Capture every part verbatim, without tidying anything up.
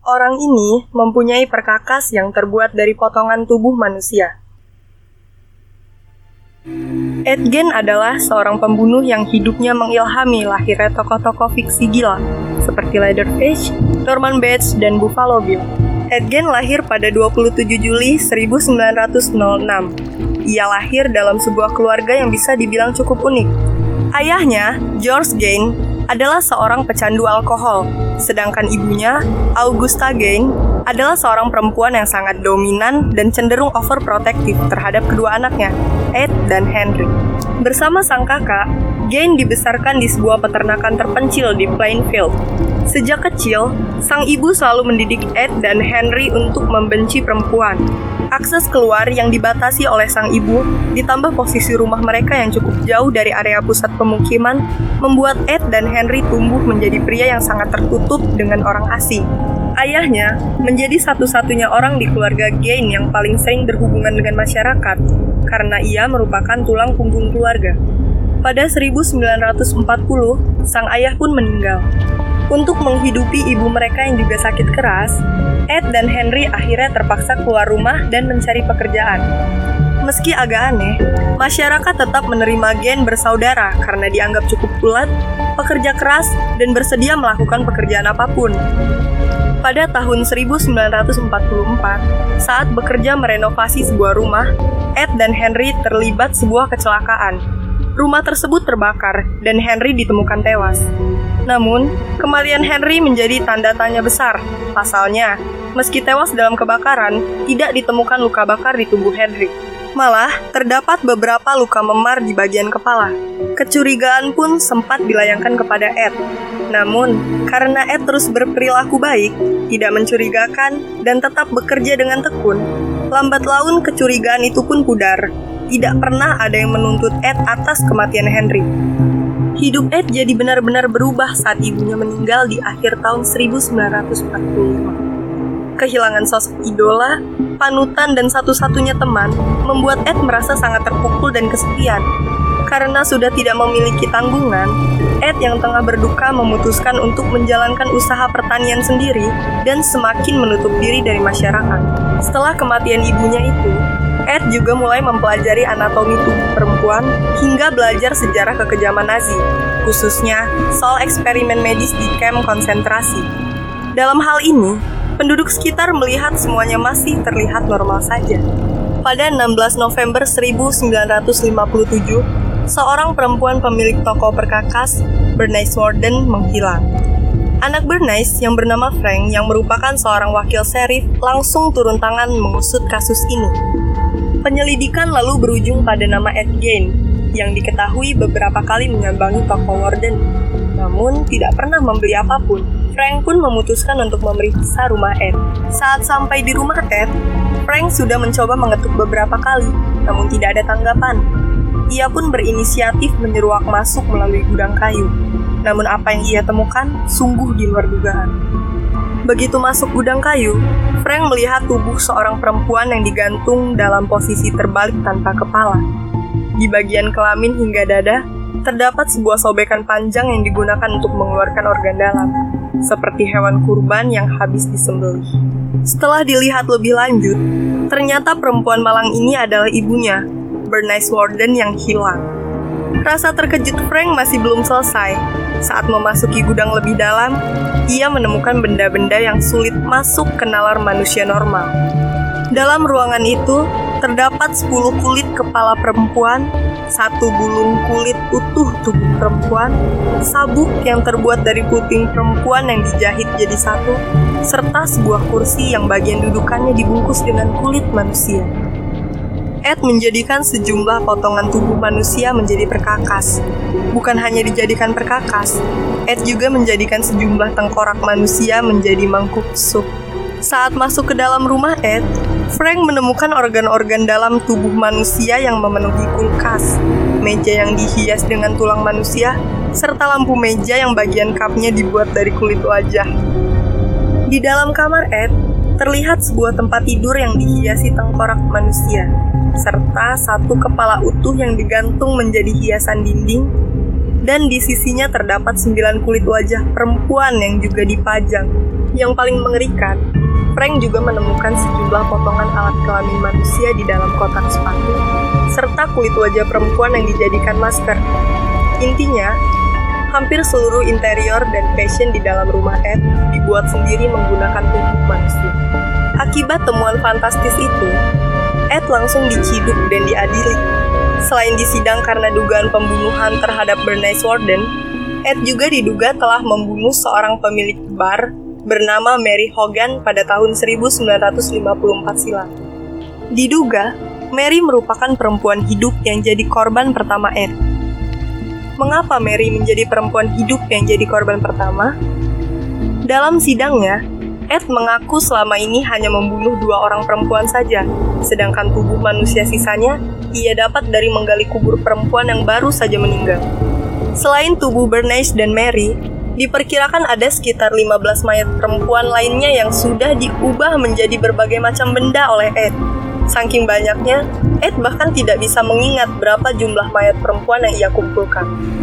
Orang ini mempunyai perkakas yang terbuat dari potongan tubuh manusia. Ed Gein adalah seorang pembunuh yang hidupnya mengilhami lahirnya tokoh-tokoh fiksi gila seperti Leatherface, Norman Bates, dan Buffalo Bill. Ed Gein lahir pada dua puluh tujuh Juli seribu sembilan ratus enam. Ia lahir dalam sebuah keluarga yang bisa dibilang cukup unik. Ayahnya, George Gein, adalah seorang pecandu alkohol, sedangkan ibunya, Augusta Gein, adalah seorang perempuan yang sangat dominan dan cenderung overprotective terhadap kedua anaknya, Ed dan Henry. Bersama sang kakak, Gein dibesarkan di sebuah peternakan terpencil di Plainfield. Sejak kecil, sang ibu selalu mendidik Ed dan Henry untuk membenci perempuan. Akses keluar yang dibatasi oleh sang ibu, ditambah posisi rumah mereka yang cukup jauh dari area pusat pemukiman, membuat Ed dan Henry tumbuh menjadi pria yang sangat tertutup dengan orang asing. Ayahnya menjadi satu-satunya orang di keluarga Gein yang paling sering berhubungan dengan masyarakat, karena ia merupakan tulang punggung keluarga. Pada seribu sembilan ratus empat puluh, sang ayah pun meninggal. Untuk menghidupi ibu mereka yang juga sakit keras, Ed dan Henry akhirnya terpaksa keluar rumah dan mencari pekerjaan. Meski agak aneh, masyarakat tetap menerima Gein bersaudara karena dianggap cukup kuat, pekerja keras, dan bersedia melakukan pekerjaan apapun. Pada tahun seribu sembilan ratus empat puluh empat, saat bekerja merenovasi sebuah rumah, Ed dan Henry terlibat sebuah kecelakaan. Rumah tersebut terbakar dan Henry ditemukan tewas. Namun, kematian Henry menjadi tanda tanya besar. Pasalnya, meski tewas dalam kebakaran, tidak ditemukan luka bakar di tubuh Henry. Malah, terdapat beberapa luka memar di bagian kepala. Kecurigaan pun sempat dilayangkan kepada Ed. Namun, karena Ed terus berperilaku baik, tidak mencurigakan, dan tetap bekerja dengan tekun, lambat laun kecurigaan itu pun pudar. Tidak pernah ada yang menuntut Ed atas kematian Henry. Hidup Ed jadi benar-benar berubah saat ibunya meninggal di akhir tahun seribu sembilan ratus empat puluh lima. Kehilangan sosok idola, panutan, dan satu-satunya teman membuat Ed merasa sangat terpukul dan kesepian. Karena sudah tidak memiliki tanggungan, Ed yang tengah berduka memutuskan untuk menjalankan usaha pertanian sendiri dan semakin menutup diri dari masyarakat. Setelah kematian ibunya itu, Ed juga mulai mempelajari anatomi tubuh perempuan hingga belajar sejarah kekejaman Nazi, khususnya soal eksperimen medis di kamp konsentrasi. Dalam hal ini, penduduk sekitar melihat semuanya masih terlihat normal saja. Pada enam belas November seribu sembilan ratus lima puluh tujuh, seorang perempuan pemilik toko perkakas, Bernice Warden, menghilang. Anak Bernice yang bernama Frank yang merupakan seorang wakil serif langsung turun tangan mengusut kasus ini. Penyelidikan lalu berujung pada nama Ed Gein yang diketahui beberapa kali menyambangi toko Warden, namun tidak pernah membeli apapun. Frank pun memutuskan untuk memeriksa rumah Ed. Saat sampai di rumah Ed, Frank sudah mencoba mengetuk beberapa kali, namun tidak ada tanggapan. Ia pun berinisiatif menyeruak masuk melalui gudang kayu. Namun apa yang ia temukan sungguh di luar dugaan. Begitu masuk gudang kayu, Frank melihat tubuh seorang perempuan yang digantung dalam posisi terbalik tanpa kepala. Di bagian kelamin hingga dada, terdapat sebuah sobekan panjang yang digunakan untuk mengeluarkan organ dalam, seperti hewan kurban yang habis disembelih. Setelah dilihat lebih lanjut, ternyata perempuan malang ini adalah ibunya, Bernice Warden, yang hilang. Rasa terkejut Frank masih belum selesai. Saat memasuki gudang lebih dalam, ia menemukan benda-benda yang sulit masuk ke nalar manusia normal. Dalam ruangan itu, terdapat sepuluh kulit kepala perempuan, satu gulung kulit utuh tubuh perempuan, sabuk yang terbuat dari puting perempuan yang dijahit jadi satu, serta sebuah kursi yang bagian dudukannya dibungkus dengan kulit manusia. Ed menjadikan sejumlah potongan tubuh manusia menjadi perkakas. Bukan hanya dijadikan perkakas, Ed juga menjadikan sejumlah tengkorak manusia menjadi mangkuk sup. Saat masuk ke dalam rumah Ed, Frank menemukan organ-organ dalam tubuh manusia yang memenuhi kulkas, meja yang dihias dengan tulang manusia, serta lampu meja yang bagian kapnya dibuat dari kulit wajah. Di dalam kamar Ed, terlihat sebuah tempat tidur yang dihiasi tengkorak manusia, serta satu kepala utuh yang digantung menjadi hiasan dinding, dan di sisinya terdapat sembilan kulit wajah perempuan yang juga dipajang. Yang paling mengerikan, Frank juga menemukan sejumlah potongan alat kelamin manusia di dalam kotak sepatu, serta kulit wajah perempuan yang dijadikan masker. Intinya, hampir seluruh interior dan fashion di dalam rumah Ed dibuat sendiri menggunakan tubuh manusia. Akibat temuan fantastis itu, Ed langsung diciduk dan diadili. Selain disidang karena dugaan pembunuhan terhadap Bernice Worden, Ed juga diduga telah membunuh seorang pemilik bar bernama Mary Hogan pada tahun seribu sembilan ratus lima puluh empat silam. Diduga, Mary merupakan perempuan hidup yang jadi korban pertama Ed. Mengapa Mary menjadi perempuan hidup yang jadi korban pertama? Dalam sidangnya, Ed mengaku selama ini hanya membunuh dua orang perempuan saja, sedangkan tubuh manusia sisanya ia dapat dari menggali kubur perempuan yang baru saja meninggal. Selain tubuh Bernice dan Mary, diperkirakan ada sekitar lima belas mayat perempuan lainnya yang sudah diubah menjadi berbagai macam benda oleh Ed. Saking banyaknya, Ed bahkan tidak bisa mengingat berapa jumlah mayat perempuan yang ia kumpulkan.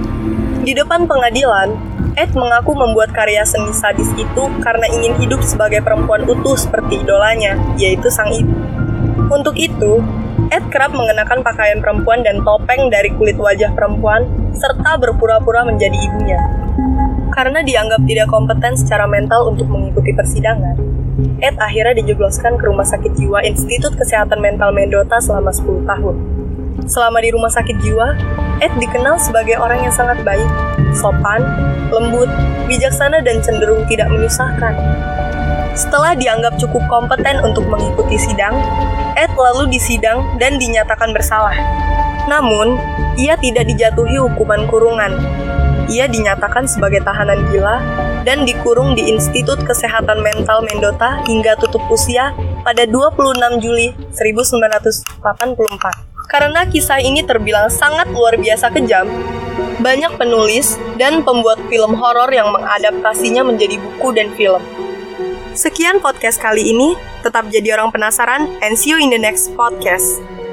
Di depan pengadilan, Ed mengaku membuat karya seni sadis itu karena ingin hidup sebagai perempuan utuh seperti idolanya, yaitu sang ibu. Untuk itu, Ed kerap mengenakan pakaian perempuan dan topeng dari kulit wajah perempuan, serta berpura-pura menjadi ibunya. Karena dianggap tidak kompeten secara mental untuk mengikuti persidangan, Ed akhirnya dijebloskan ke Rumah Sakit Jiwa Institut Kesehatan Mental Mendota selama sepuluh tahun. Selama di rumah sakit jiwa, Ed dikenal sebagai orang yang sangat baik, sopan, lembut, bijaksana, dan cenderung tidak menyusahkan. Setelah dianggap cukup kompeten untuk mengikuti sidang, Ed lalu disidang dan dinyatakan bersalah. Namun, ia tidak dijatuhi hukuman kurungan. Ia dinyatakan sebagai tahanan gila dan dikurung di Institut Kesehatan Mental Mendota hingga tutup usia pada dua puluh enam Juli seribu sembilan ratus delapan puluh empat. Karena kisah ini terbilang sangat luar biasa kejam, banyak penulis dan pembuat film horor yang mengadaptasinya menjadi buku dan film. Sekian podcast kali ini, tetap jadi orang penasaran and see you in the next podcast.